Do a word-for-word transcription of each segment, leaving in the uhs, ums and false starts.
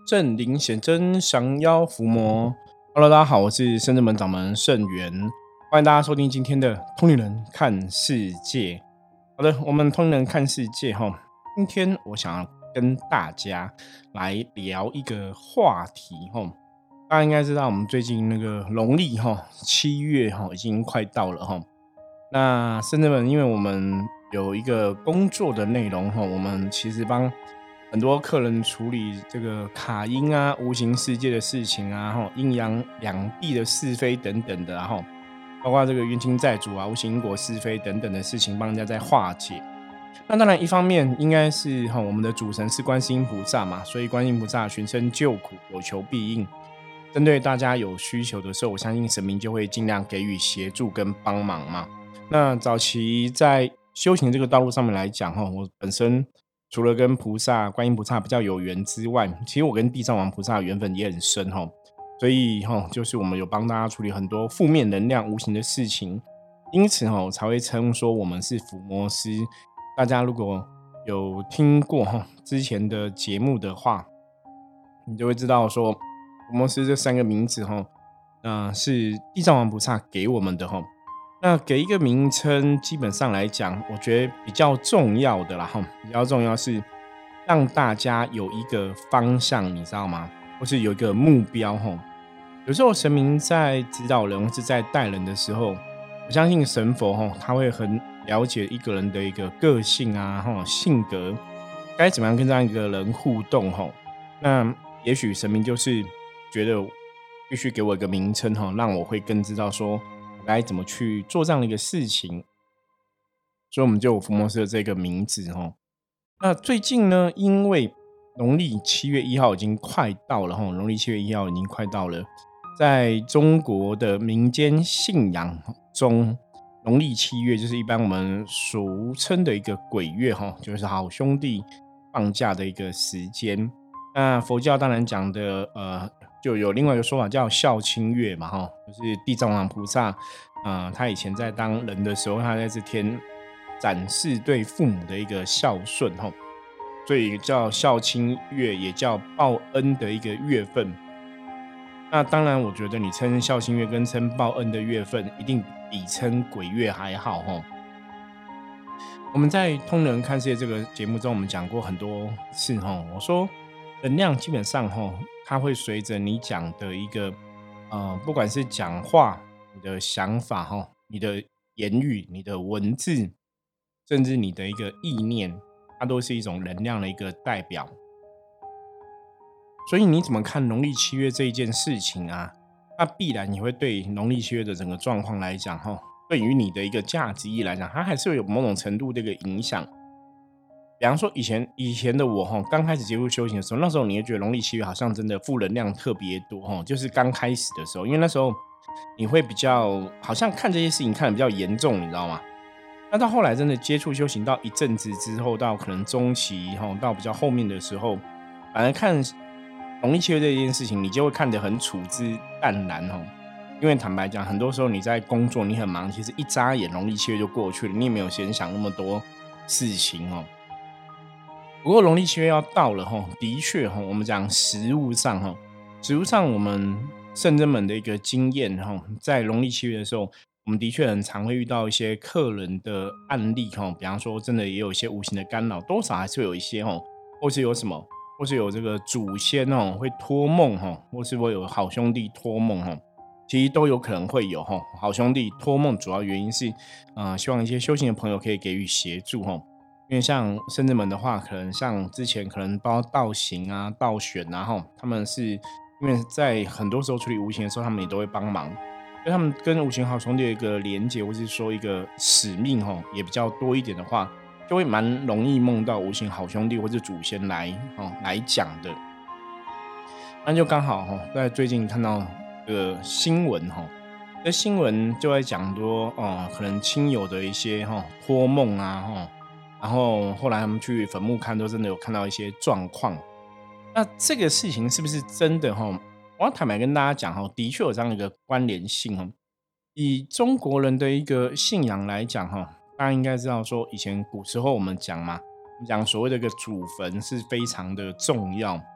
正灵显真，降妖伏魔。Hello，大家好，我是深圳门掌门圣元，欢迎大家收听今天的通灵人看世界。好的，我们通灵人看世界哈，今天我想要跟大家来聊一个话题哈。大家应该知道，我们最近那个农历哈七月哈已经快到了哈。那深圳门，因为我们有一个工作的内容哈，我们其实帮很多客人处理这个卡阴啊、无形世界的事情啊、阴阳两地的是非等等的，然后包括这个冤亲债主啊、无形因果是非等等的事情，帮人家在化解。那当然，一方面应该是哈，我们的主神是观世音菩萨嘛，所以观世音菩萨寻声救苦，有求必应。针对大家有需求的时候，我相信神明就会尽量给予协助跟帮忙嘛。那早期在修行这个道路上面来讲，我本身除了跟菩萨、观音菩萨比较有缘之外，其实我跟地藏王菩萨的缘分也很深，所以就是我们有帮大家处理很多负面能量、无形的事情，因此才会称说我们是伏魔师。大家如果有听过之前的节目的话，你就会知道说伏魔师这三个名字呃、是地藏王菩萨给我们的。那给一个名称，基本上来讲，我觉得比较重要的啦，比较重要是让大家有一个方向，你知道吗？或是有一个目标。有时候神明在指导人或是在带人的时候，我相信神佛他会很了解一个人的一个个性啊、性格，该怎么样跟这样一个人互动。那也许神明就是觉得必须给我一个名称，让我会更知道说我该怎么去做这样的一个事情，所以我们就有伏魔师的这个名字。那最近呢，因为农历七月一号已经快到了，农历七月一号已经快到了，在中国的民间信仰中，农历七月就是一般我们俗称的一个鬼月，就是好兄弟放假的一个时间。那佛教当然讲的呃，就有另外一个说法叫孝亲月嘛，就是地藏王菩萨、呃、他以前在当人的时候，他在这天展示对父母的一个孝顺，所以叫孝亲月，也叫报恩的一个月份。那当然我觉得你称孝亲月跟称报恩的月份一定比称鬼月还好。我们在通人看世界这个节目中，我们讲过很多次，我说能量基本上它会随着你讲的一个呃，不管是讲话、你的想法、你的言语、你的文字，甚至你的一个意念，它都是一种能量的一个代表。所以你怎么看农历七月这一件事情啊？那必然你会对农历七月的整个状况来讲，对于你的一个价值意来讲，它还是有某种程度的一个影响。比方说以前以前的我刚开始接触修行的时候，那时候你会觉得农历七月好像真的负能量特别多，就是刚开始的时候，因为那时候你会比较好像看这些事情看得比较严重，你知道吗？那到后来真的接触修行到一阵子之后，到可能中期到比较后面的时候，反而看农历七月这件事情，你就会看得很处之淡然。因为坦白讲，很多时候你在工作你很忙，其实一眨眼农历七月就过去了，你也没有先想那么多事情。不过农历七月要到了，的确我们讲实务上实务上我们圣真门的一个经验，在农历七月的时候，我们的确很常会遇到一些客人的案例，比方说真的也有一些无形的干扰，多少还是会有一些，或是有什么或是有这个祖先会托梦，或是会有好兄弟托梦，其实都有可能会有。好兄弟托梦主要原因是、呃、希望一些修行的朋友可以给予协助，因为像圣真门的话，可能像之前可能包括道行啊、道玄啊，他们是因为在很多时候处理无形的时候，他们也都会帮忙，所以他们跟无形好兄弟的一个连结，或是说一个使命也比较多一点的话，就会蛮容易梦到无形好兄弟或是祖先来来讲的。那就刚好在最近看到个新闻，这新闻就在讲说、呃、可能亲友的一些托梦啊，然后后来他们去坟墓看，都真的有看到一些状况。那这个事情是不是真的？我要坦白跟大家讲，的确有这样一个关联性。以中国人的一个信仰来讲，大家应该知道说，以前古时候我们讲嘛，讲所谓的一个祖坟是非常的重要。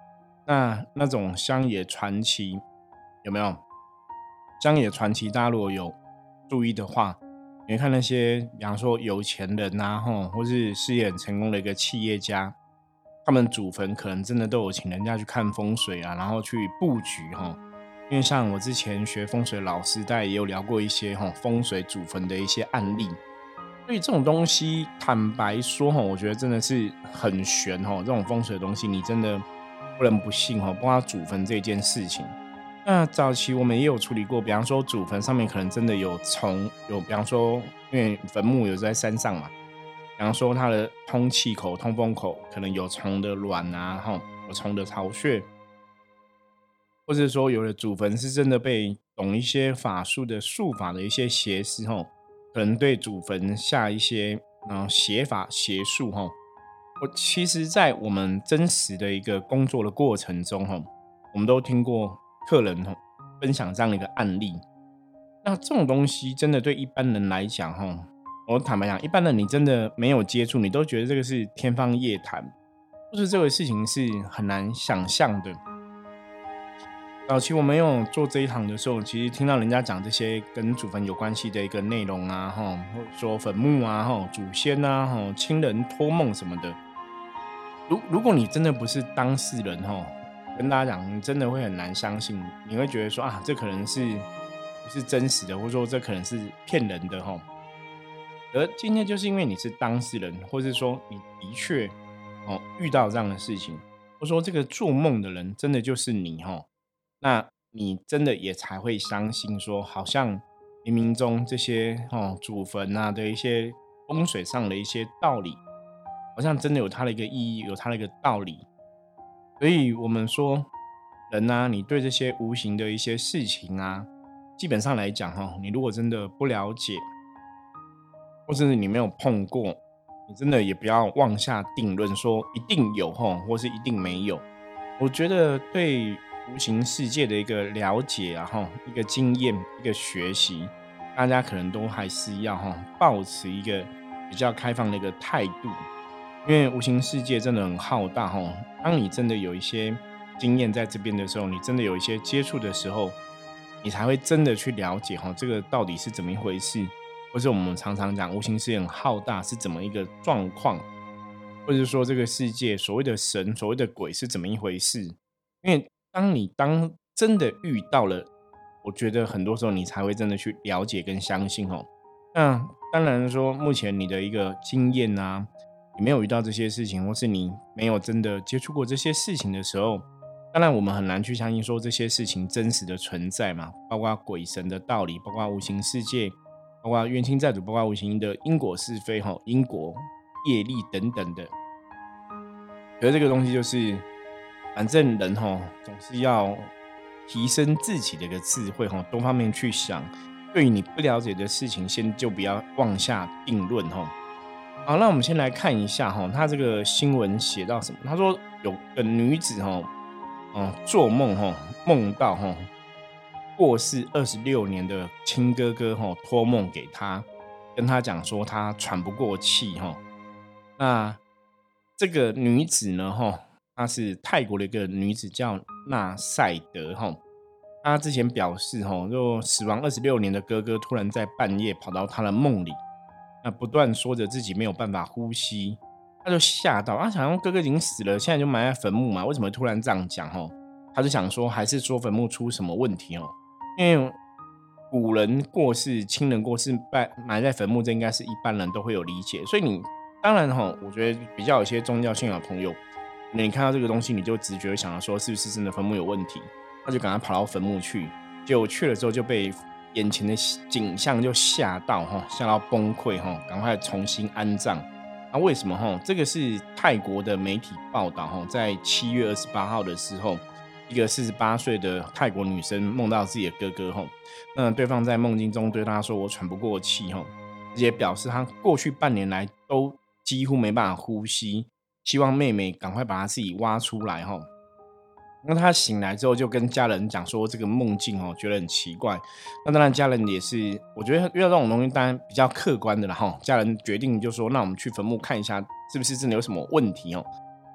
那那种乡野传奇有没有？乡野传奇，大家如果有注意的话，你会看那些，比方说有钱人啊，吼，或是事业很成功的一个企业家，他们祖坟可能真的都有请人家去看风水啊，然后去布局哈。因为像我之前学风水老师，大家也有聊过一些哈风水祖坟的一些案例。所以这种东西，坦白说哈，我觉得真的是很玄哈。这种风水的东西，你真的不能不信哈。包括祖坟这件事情，那早期我们也有处理过，比方说祖坟上面可能真的有虫，有比方说，因为坟墓有在山上嘛，比方说它的通气口、通风口可能有虫的卵啊，哈，有虫的巢穴，或者说有的祖坟是真的被懂一些法术的术法的一些邪师哈，可能对祖坟下一些嗯邪法邪术哈。我其实，在我们真实的一个工作的过程中哈，我们都听过客人哈分享这样的一个案例。那这种东西真的对一般人来讲哈，我坦白讲，一般人你真的没有接触，你都觉得这个是天方夜谭，或是这个事情是很难想象的。早期我没有做这一行的时候，其实听到人家讲这些跟祖坟有关系的一个内容啊，哈，或者说坟墓啊，哈，祖先啊，哈，亲人托梦什么的。如如果你真的不是当事人，哈，跟大家讲，你真的会很难相信，你会觉得说啊，这可能是不是真实的，或者说这可能是骗人的，哈。而今天就是因为你是当事人，或是说你的确哦遇到这样的事情，或者说这个做梦的人真的就是你，哈。那你真的也才会相信说，好像冥冥中这些哦祖坟啊的一些风水上的一些道理，好像真的有它的一个意义，有它的一个道理。所以我们说，人啊，你对这些无形的一些事情啊，基本上来讲哈，你如果真的不了解，或者是你没有碰过，你真的也不要妄下定论说一定有哈，或是一定没有。我觉得对无形世界的一个了解啊，哈，一个经验，一个学习，大家可能都还是要哈，保持一个比较开放的一个态度，因为无形世界真的很浩大哈。当你真的有一些经验在这边的时候，你真的有一些接触的时候，你才会真的去了解哈，这个到底是怎么一回事，或是我们常常讲无形世界很浩大是怎么一个状况，或者说这个世界所谓的神、所谓的鬼是怎么一回事。因为当你当真的遇到了，我觉得很多时候你才会真的去了解跟相信哦。那当然说，目前你的一个经验啊，你没有遇到这些事情，或是你没有真的接触过这些事情的时候，当然我们很难去相信说这些事情真实的存在嘛，包括鬼神的道理，包括无形世界，包括冤亲债主，包括无形的因果是非哈，因果业力等等的。可是这个东西就是，反正人哈总是要提升自己的一个智慧哈，多方面去想。对于你不了解的事情，先就不要妄下定论哈。好，那我们先来看一下哈，他这个新闻写到什么？他说有个女子哈，嗯，做梦哈，梦到哈过世二十六年的亲哥哥哈托梦给他，跟他讲说他喘不过气哈。那这个女子呢，哈，她是泰国的一个女子，叫纳赛德哈。她之前表示，哈，就死亡二十六年的哥哥突然在半夜跑到她的梦里，那不断说着自己没有办法呼吸，她就吓到，她想说哥哥已经死了，现在就埋在坟墓嘛，为什么突然这样讲？哈，她就想说，还是说坟墓出什么问题哦？因为古人过世、亲人过世埋在坟墓，这应该是一般人都会有理解，所以你。当然哈，我觉得比较有些宗教信仰的朋友，你看到这个东西，你就直觉想要说是不是真的坟墓有问题，他就赶快跑到坟墓去，结果去了之后就被眼前的景象就吓到哈，吓到崩溃哈，赶快重新安葬。那为什么哈？这个是泰国的媒体报道哈，在七月二十八号的时候，一个四十八岁的泰国女生梦到自己的哥哥哈，那对方在梦境中对她说：“我喘不过气哈。”而且表示她过去半年来都几乎没办法呼吸，希望妹妹赶快把她自己挖出来哈。那她醒来之后就跟家人讲说这个梦境哦，觉得很奇怪。那当然家人也是，我觉得遇到这种东西当然比较客观的啦哈。家人决定就说，那我们去坟墓看一下，是不是真的有什么问题哦？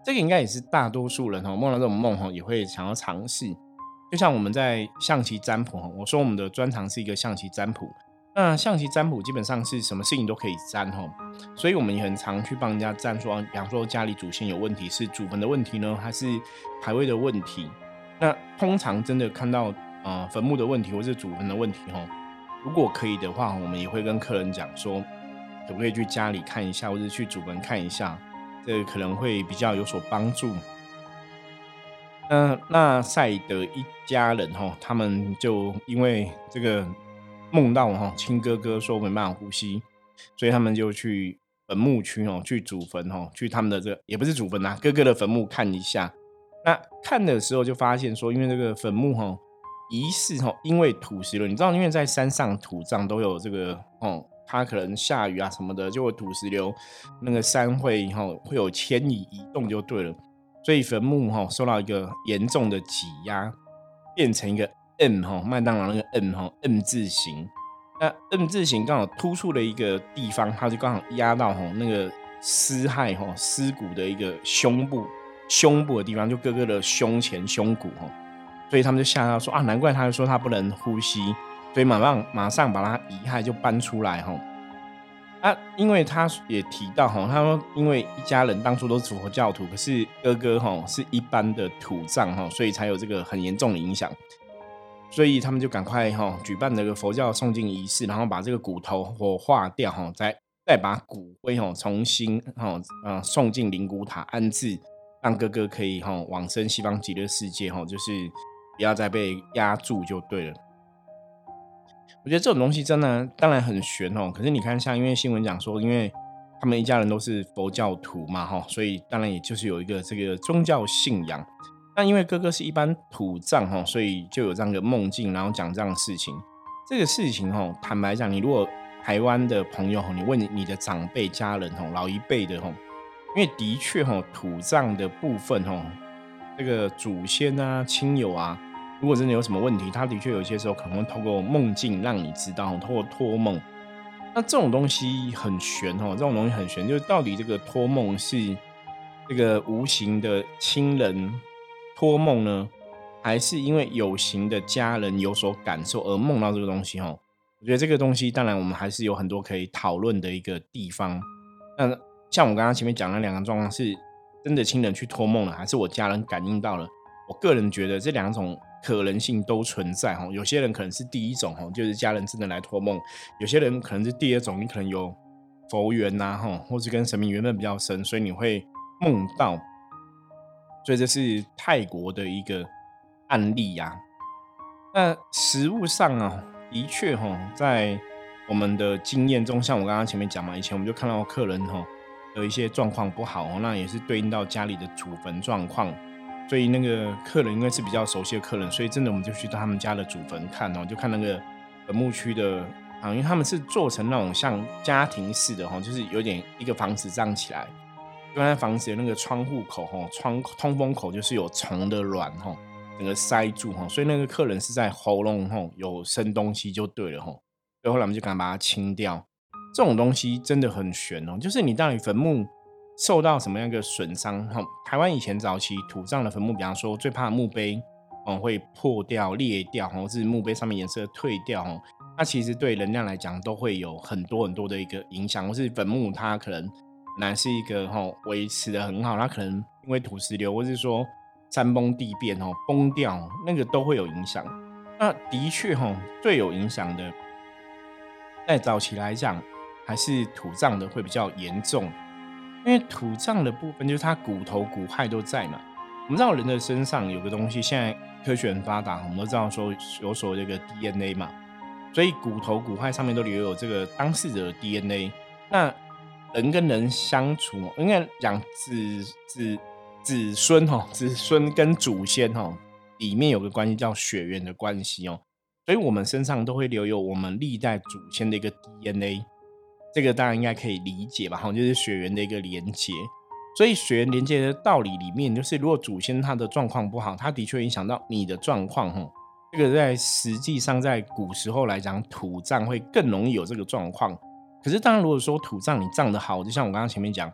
这个应该也是大多数人哦梦到这种梦哦也会想要尝试。就像我们在象棋占卜哦，我说我们的专长是一个象棋占卜，那象棋占卜基本上是什么事情都可以占哦，所以我们也很常去帮人家占说，比方说家里祖先有问题，是祖坟的问题呢，还是牌位的问题？那通常真的看到呃坟墓的问题或是祖坟的问题哦，如果可以的话，我们也会跟客人讲说，可不可以去家里看一下，或者去祖坟看一下，这个可能会比较有所帮助。那那赛的一家人哈，他们就因为这个梦到哈亲哥哥说没办法呼吸，所以他们就去坟墓区哦，去祖坟哦，去他们的这个也不是祖坟啊，哥哥的坟墓看一下。那看的时候就发现说，因为这个坟墓哈疑似哈，因为土石流，你知道，因为在山上土葬都有这个哦，它可能下雨啊什么的，就会土石流，那个山会哈会有迁移移动就对了。所以坟墓哈受到一个严重的挤压，变成一个 M 哈麦当劳那个 M 哈 M 字形。那 M 字形刚好突出的一个地方，它就刚好压到哈那个尸骸哈尸骨的一个胸部胸部的地方，就哥哥的胸前胸骨哈。所以他们就吓到说啊，难怪他说他不能呼吸，所以马上马上把他遗骸就搬出来哈。啊，因为他也提到哈，他说因为一家人当初都是佛教徒，可是哥哥哈是一般的土葬哈，所以才有这个很严重的影响。所以他们就赶快哈举办这个佛教诵经仪式，然后把这个骨头火化掉哈，再再把骨灰哈重新哈呃送进灵骨塔安置，让哥哥可以哈往生西方极乐世界哈，就是不要再被压住就对了。我觉得这种东西真的当然很玄哦，可是你看像因为新闻讲说，因为他们一家人都是佛教徒嘛哈，所以当然也就是有一个这个宗教信仰。那因为哥哥是一般土葬哈，所以就有这样的梦境，然后讲这样的事情。这个事情哈，坦白讲，你如果台湾的朋友，你问你的长辈家人哈，老一辈的哈，因为的确哈土葬的部分哈，这个祖先啊、亲友啊。如果真的有什么问题，他的确有些时候可能会透过梦境让你知道，透过托梦。那这种东西很玄哦，这种东西很玄，就是到底这个托梦是这个无形的亲人托梦呢，还是因为有形的家人有所感受而梦到这个东西哦？我觉得这个东西，当然我们还是有很多可以讨论的一个地方。那像我刚刚前面讲的两个状况，是真的亲人去托梦了，还是我家人感应到了？我个人觉得这两种可能性都存在，有些人可能是第一种，就是家人真的来托梦，有些人可能是第二种，你可能有佛缘啊，或是跟神明缘分比较深，所以你会梦到。所以这是泰国的一个案例啊。那实物上啊，的确在我们的经验中，像我刚刚前面讲嘛，以前我们就看到客人有一些状况不好，那也是对应到家里的祖坟状况。所以那个客人因为是比较熟悉的客人，所以真的我们就去到他们家的祖坟看哦，就看那个坟墓区的啊，因为他们是做成那种像家庭式的哈，就是有点一个房子这样起来，就在房子的那个窗户口哈，窗通风口就是有虫的卵哈，整个塞住哈，所以那个客人是在喉咙哈有生东西就对了哈，所以后来我们就赶快把它清掉。这种东西真的很玄哦，就是你到底坟墓受到什么样的损伤？台湾以前早期土葬的坟墓，比方说最怕墓碑、哦、会破掉、裂掉，或是墓碑上面颜色退掉，那其实对能量来讲都会有很多很多的一个影响，或是坟墓它可能本来是一个维持的很好，它可能因为土石流或是说山崩地变崩掉，那个都会有影响。那的确最有影响的，在早期来讲还是土葬的会比较严重。因为土葬的部分就是它骨头骨骸都在嘛，我们知道人的身上有个东西，现在科学很发达，我们都知道说有所谓这个 D N A 嘛，所以骨头骨骸上面都留有这个当事者的 D N A。那人跟人相处，应该讲子子子孙哈，子孙跟祖先哈，里面有个关系叫血缘的关系哦，所以我们身上都会留有我们历代祖先的一个 D N A。这个当然应该可以理解吧，就是血缘的一个连结。所以血缘连结的道理里面，就是如果祖先他的状况不好，他的确影响到你的状况。这个在实际上在古时候来讲，土葬会更容易有这个状况。可是当然如果说土葬你葬得好，就像我刚刚前面讲，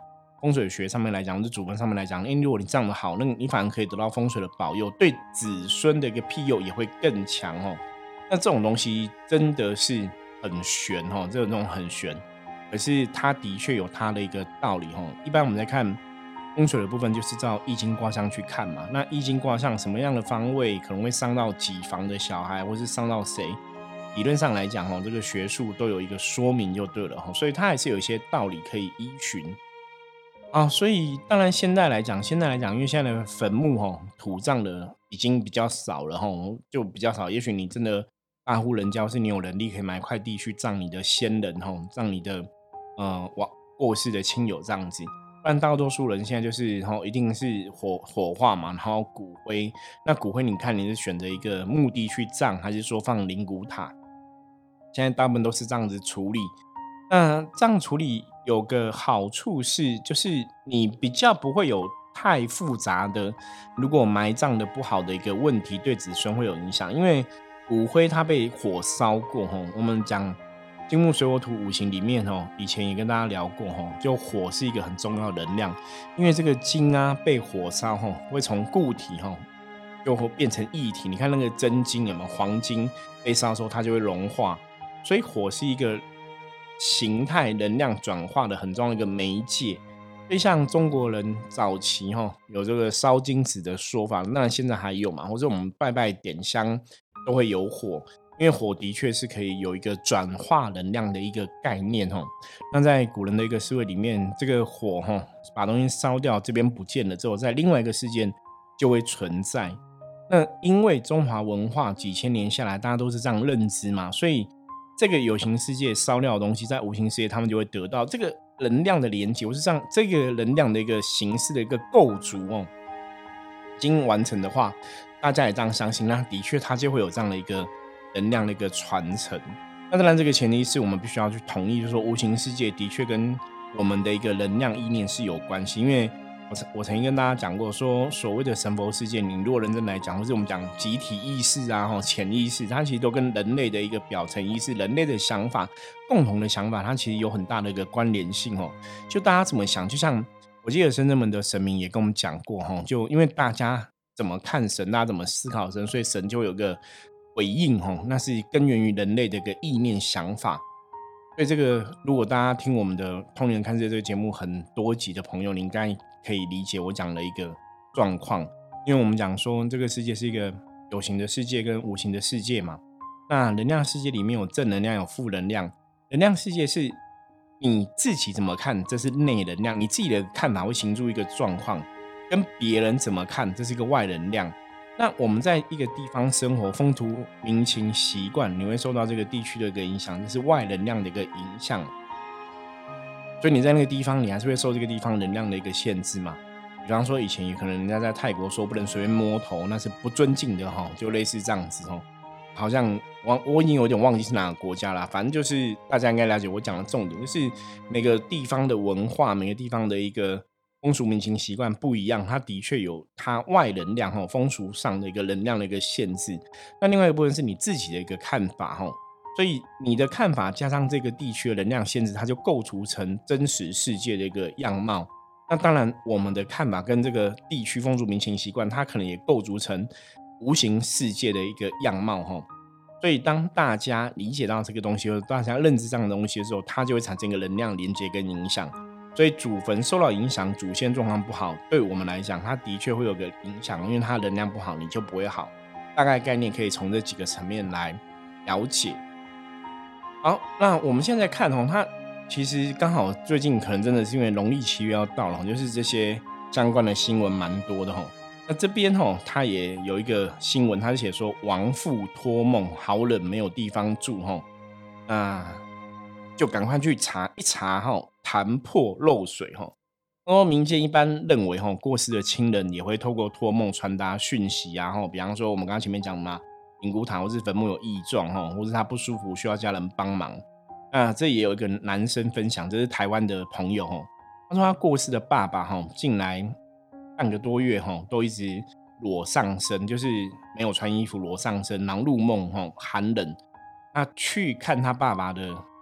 风水学上面来讲，或者祖坟上面来讲，因为如果你葬得好，那你反而可以得到风水的保佑，对子孙的一个庇佑也会更强哦。那这种东西真的是很玄哦，这种很玄，可是它的确有它的一个道理哦。一般我们在看风水的部分，就是照易经卦象去看嘛。那易经卦象什么样的方位可能会伤到几房的小孩，或是伤到谁？理论上来讲，这个学术都有一个说明就对了，所以它还是有一些道理可以依循啊。所以当然现在来讲，现在来讲，因为现在的坟墓土葬的已经比较少了，就比较少。也许你真的大户人家，或是你有能力可以买块地去葬你的先人，葬你的呃过世的亲友这样子。不然大多数人现在就是一定是火火化嘛，然后骨灰。那骨灰你看你是选择一个墓地去葬，还是说放灵骨塔？现在大部分都是这样子处理。那这样处理有个好处是，就是你比较不会有太复杂的，如果埋葬的不好的一个问题，对子孙会有影响。因为骨灰它被火烧过，我们讲金木水火土五行里面，以前也跟大家聊过，就火是一个很重要的能量。因为这个金啊被火烧会从固体就会变成液体。你看那个真金有没有？黄金被烧的时候它就会融化，所以火是一个形态能量转化的很重要的一个媒介。所以像中国人早期有这个烧金纸的说法，那现在还有嘛？或者我们拜拜点香都会有火，因为火的确是可以有一个转化能量的一个概念。那在古人的一个思维里面，这个火把东西烧掉，这边不见了之后，在另外一个世界就会存在。那因为中华文化几千年下来大家都是这样认知嘛，所以这个有形世界烧掉的东西，在无形世界他们就会得到这个能量的连接，或是这样这个能量的一个形式的一个构筑哦，已经完成的话，大家也这样相信，那的确它就会有这样的一个能量的一个传承。那当然这个前提是我们必须要去同意，就是说无形世界的确跟我们的一个能量意念是有关系。因为我我曾经跟大家讲过，说所谓的神佛世界，你如果认真来讲，或是我们讲集体意识啊、潜意识，它其实都跟人类的一个表层意识、人类的想法、共同的想法，它其实有很大的一个关联性哦。就大家怎么想，就像我记得深圳门的神明也跟我们讲过，就因为大家怎么看神，大家怎么思考神，所以神就有个回应，那是根源于人类的一个意念想法。所以这个如果大家听我们的通灵人看世界这个节目很多集的朋友，你应该可以理解我讲的一个状况。因为我们讲说这个世界是一个有形的世界跟无形的世界嘛，那能量世界里面有正能量有负能量。能量世界是你自己怎么看，这是内能量，你自己的看法会形成一个状况，跟别人怎么看，这是一个外能量。那我们在一个地方生活，风土民情习惯，你会受到这个地区的一个影响，这是外能量的一个影响。所以你在那个地方，你还是会受这个地方能量的一个限制嘛。比方说以前也可能人家在泰国说不能随便摸头，那是不尊敬的，就类似这样子。好像我我已经有点忘记是哪个国家啦，反正就是大家应该了解我讲的重点，就是每个地方的文化，每个地方的一个风俗民情习惯不一样，它的确有它外能量风俗上的一个能量的一个限制。那另外一个部分是你自己的一个看法，所以你的看法加上这个地区的能量限制，它就构筑成真实世界的一个样貌。那当然我们的看法跟这个地区风俗民情习惯，它可能也构筑成无形世界的一个样貌。所以当大家理解到这个东西，或者大家认知这样的东西的时候，它就会产生一个能量连接跟影响。所以祖坟受到影响，祖先状况不好，对我们来讲它的确会有个影响，因为它能量不好你就不会好。大概概念可以从这几个层面来了解。好，那我们现在看它其实刚好最近可能真的是因为农历七月要到了，就是这些相关的新闻蛮多的。那这边它也有一个新闻，它是写说亡父托梦，好冷没有地方住，那就赶快去查一查，潭破漏水。民间一般认为过世的亲人也会透过托梦传达讯息啊，比方说我们刚刚前面讲嘛，灵骨塔或是坟墓有异状，或是他不舒服需要家人帮忙。那这也有一个男生分享，这是台湾的朋友，他说他过世的爸爸进来半个多月都一直裸上身，就是没有穿衣服裸上身，然后入梦寒冷。那去看他爸爸的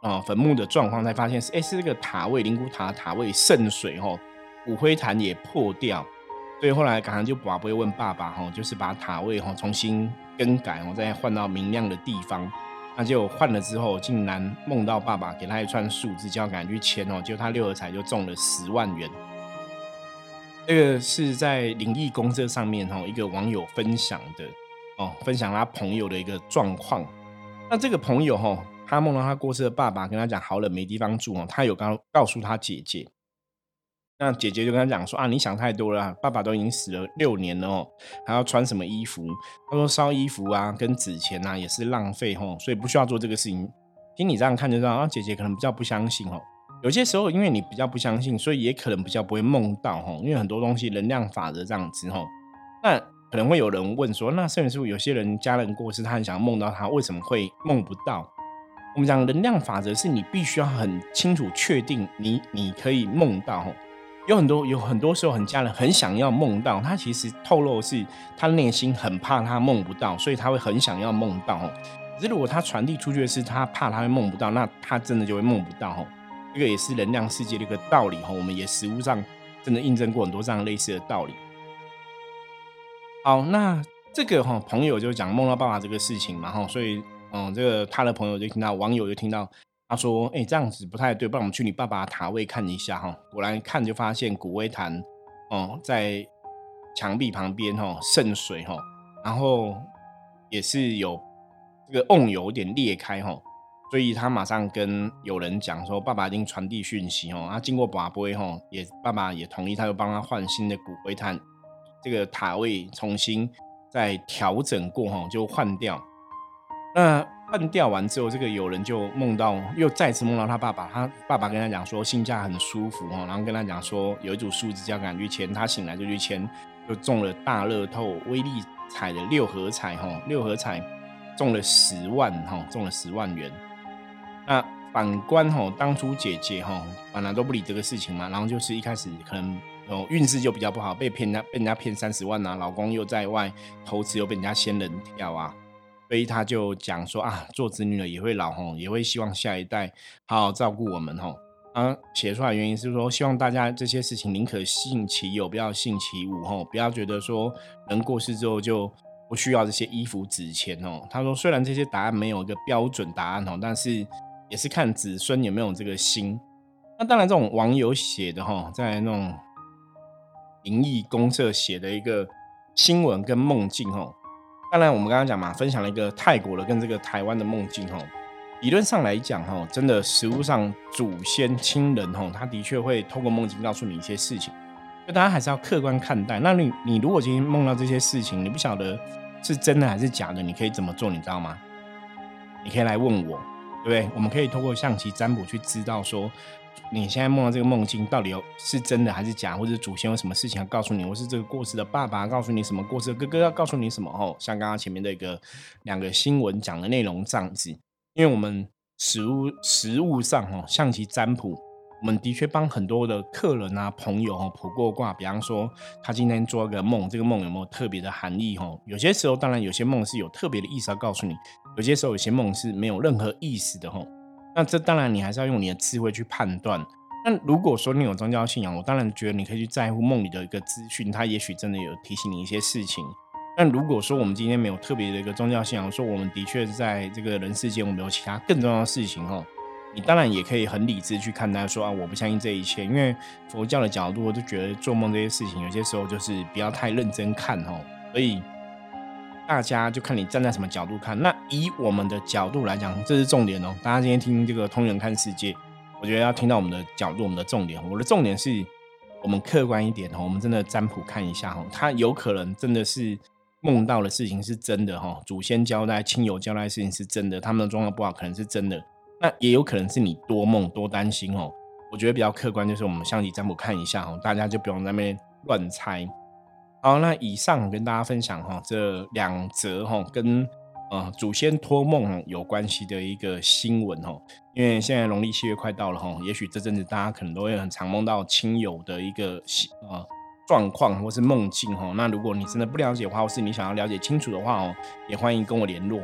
呃坟墓的状况，才发现是哎是这个塔位灵骨塔的塔位渗水哦，骨灰坛也破掉，所以后来赶快就把不会问爸爸哦，就是把塔位哦重新更改哦，再换到明亮的地方。那就换了之后，竟然梦到爸爸给他一串数字，叫他赶快去签哦，结果他六合彩就中了十万元。这个是在灵异公社上面哦，一个网友分享的哦，分享他朋友的一个状况。那这个朋友哦，他梦到他过世的爸爸跟他讲好冷没地方住哦，他有告告诉他姐姐，那姐姐就跟他讲说啊，你想太多了啊，爸爸都已经死了六年了哦，还要穿什么衣服？他说烧衣服啊，跟纸钱啊也是浪费哦，所以不需要做这个事情。听你这样看就知道啊，姐姐可能比较不相信哦。有些时候因为你比较不相信，所以也可能比较不会梦到哦，因为很多东西能量法则这样子哦。那可能会有人问说，那甚至是有些人家人过世，他很想梦到他，为什么会梦不到？我们讲能量法则是你必须要很清楚确定你你可以梦到哦。有很多有很多时候，很家人很想要梦到，他其实透露的是他内心很怕他梦不到，所以他会很想要梦到哦。可是如果他传递出去的是他怕他会梦不到，那他真的就会梦不到哦。这个也是能量世界的一个道理哦，我们也实务上真的印证过很多这样类似的道理。好，那这个哈朋友就讲梦到爸爸这个事情嘛哈，所以嗯，这个他的朋友就听到，网友就听到他说：“哎、欸，这样子不太对，不然我们去你爸爸的塔位看一下哈。”果然看就发现骨灰坛哦在墙壁旁边哦渗水哈，然后也是有这个瓮有点裂开哈，所以他马上跟有人讲说，爸爸已经传递讯息哦，他经过拔杯哈，也爸爸也同意，他就帮他换新的骨灰坛，这个塔位重新再调整过哈，就换掉。那换掉完之后，这个有人就梦到，又再次梦到他爸爸，他爸爸跟他讲说心价很舒服哈，然后跟他讲说有一组数字叫赶去签，他醒来就去签，就中了大乐透威力彩的六合彩哈，六合彩中了十万哈，中了十万元。那反观哈，当初姐姐哈本来都不理这个事情嘛，然后就是一开始可能哦运势就比较不好，被骗人家被人家骗三十万啊，老公又在外投资又被人家仙人跳啊。所以他就讲说啊，做子女的也会老吼，也会希望下一代好好照顾我们吼。他写出来的原因是说，希望大家这些事情宁可信其有，不要信其无吼，不要觉得说人过世之后就不需要这些衣服纸钱哦。他说，虽然这些答案没有一个标准答案哦，但是也是看子孙有没有这个心。那当然，这种网友写的哈，在那种灵异公社写的一个新闻跟梦境吼。当然，我们刚刚讲嘛，分享了一个泰国的跟这个台湾的梦境吼。理论上来讲吼，真的实物上祖先亲人吼，他的确会透过梦境告诉你一些事情，所以大家还是要客观看待。那你你如果今天梦到这些事情，你不晓得是真的还是假的，你可以怎么做？你知道吗？你可以来问我，对不对？我们可以透过象棋占卜去知道说，你现在梦到这个梦境到底有是真的还是假，或者祖先有什么事情要告诉你，或是这个过世的爸爸告诉你什么，过世的哥哥要告诉你什么哦。像刚刚前面的一个两个新闻讲的内容这样子，因为我们实物实物上哦，象棋占卜，我们的确帮很多的客人啊朋友哦卜过卦，比方说他今天做一个梦，这个梦有没有特别的含义哦？有些时候当然有些梦是有特别的意思要告诉你，有些时候有些梦是没有任何意思的哦。那这当然你还是要用你的智慧去判断。那如果说你有宗教信仰，我当然觉得你可以去在乎梦里的一个资讯，它也许真的有提醒你一些事情。但如果说我们今天没有特别的一个宗教信仰，说我们的确在这个人世间我们有其他更重要的事情哦，你当然也可以很理智去看待说啊，我不相信这一切，因为佛教的角度，我就觉得做梦这些事情有些时候就是不要太认真看哦，所以大家就看你站在什么角度看。那以我们的角度来讲，这是重点哦。大家今天听这个通人看世界，我觉得要听到我们的角度，我们的重点。我的重点是我们客观一点哦，我们真的占卜看一下哦，它有可能真的是梦到的事情是真的哦，祖先交代、亲友交代的事情是真的，他们的状况不好可能是真的，那也有可能是你多梦多担心哦。我觉得比较客观就是我们象棋占卜看一下哦，大家就不用在那边乱猜。好，那以上跟大家分享哈这两则哈跟呃祖先托梦有关系的一个新闻哈，因为现在农历七月快到了哈，也许这阵子大家可能都会很常梦到亲友的一个呃状况或是梦境哈。那如果你真的不了解的话，或是你想要了解清楚的话哦，也欢迎跟我联络哦。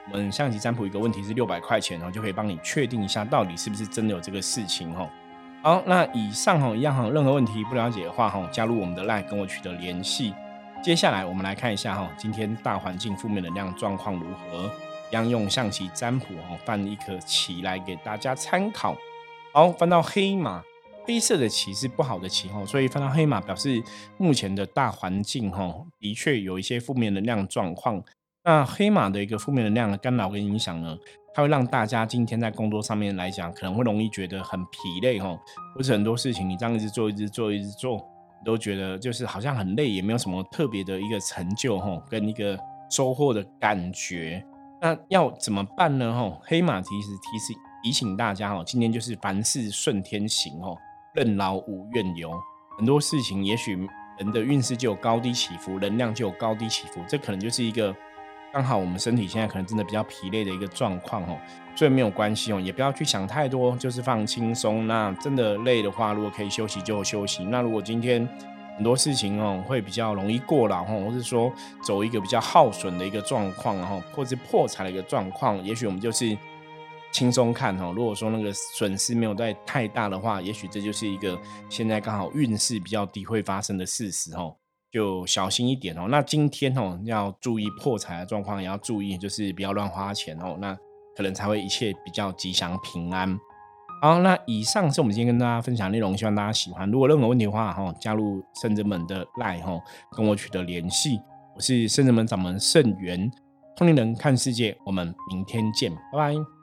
我们象棋占卜一个问题是六百块钱哦，就可以帮你确定一下到底是不是真的有这个事情哦。好，那以上哦一样哈，任何问题不了解的话哈，加入我们的 LINE 跟我取得联系。接下来我们来看一下哈，今天大环境负面能量状况如何，一样用象棋占卜哦，翻一颗棋来给大家参考。好，翻到黑马，黑色的棋是不好的棋哦，所以翻到黑马表示目前的大环境哦，的确有一些负面能量状况。那黑马的一个负面能量的干扰跟影响呢，它会让大家今天在工作上面来讲，可能会容易觉得很疲累哦，或者很多事情你这样一直做、一直做、一直做，你都觉得就是好像很累，也没有什么特别的一个成就哦，跟一个收获的感觉。那要怎么办呢？哦，黑马其实提醒提醒大家哦，今天就是凡事顺天行哦，任劳无怨尤。很多事情也许人的运势就有高低起伏，能量就有高低起伏，这可能就是一个刚好我们身体现在可能真的比较疲累的一个状况哦，所以没有关系哦，也不要去想太多，就是放轻松。那真的累的话，如果可以休息就休息。那如果今天很多事情哦会比较容易过劳哦，或是说走一个比较耗损的一个状况哦，或是破财的一个状况，也许我们就是轻松看哦。如果说那个损失没有在太大的话，也许这就是一个现在刚好运势比较低会发生的事实哦。就小心一点哦。那今天哦要注意破财的状况，也要注意就是不要乱花钱哦，那可能才会一切比较吉祥平安。好，那以上是我们今天跟大家分享的内容，希望大家喜欢。如果任何问题的话哈，加入圣人们的 LINE 哈，跟我取得联系。我是圣人门掌门圣元，通灵人看世界，我们明天见，拜拜。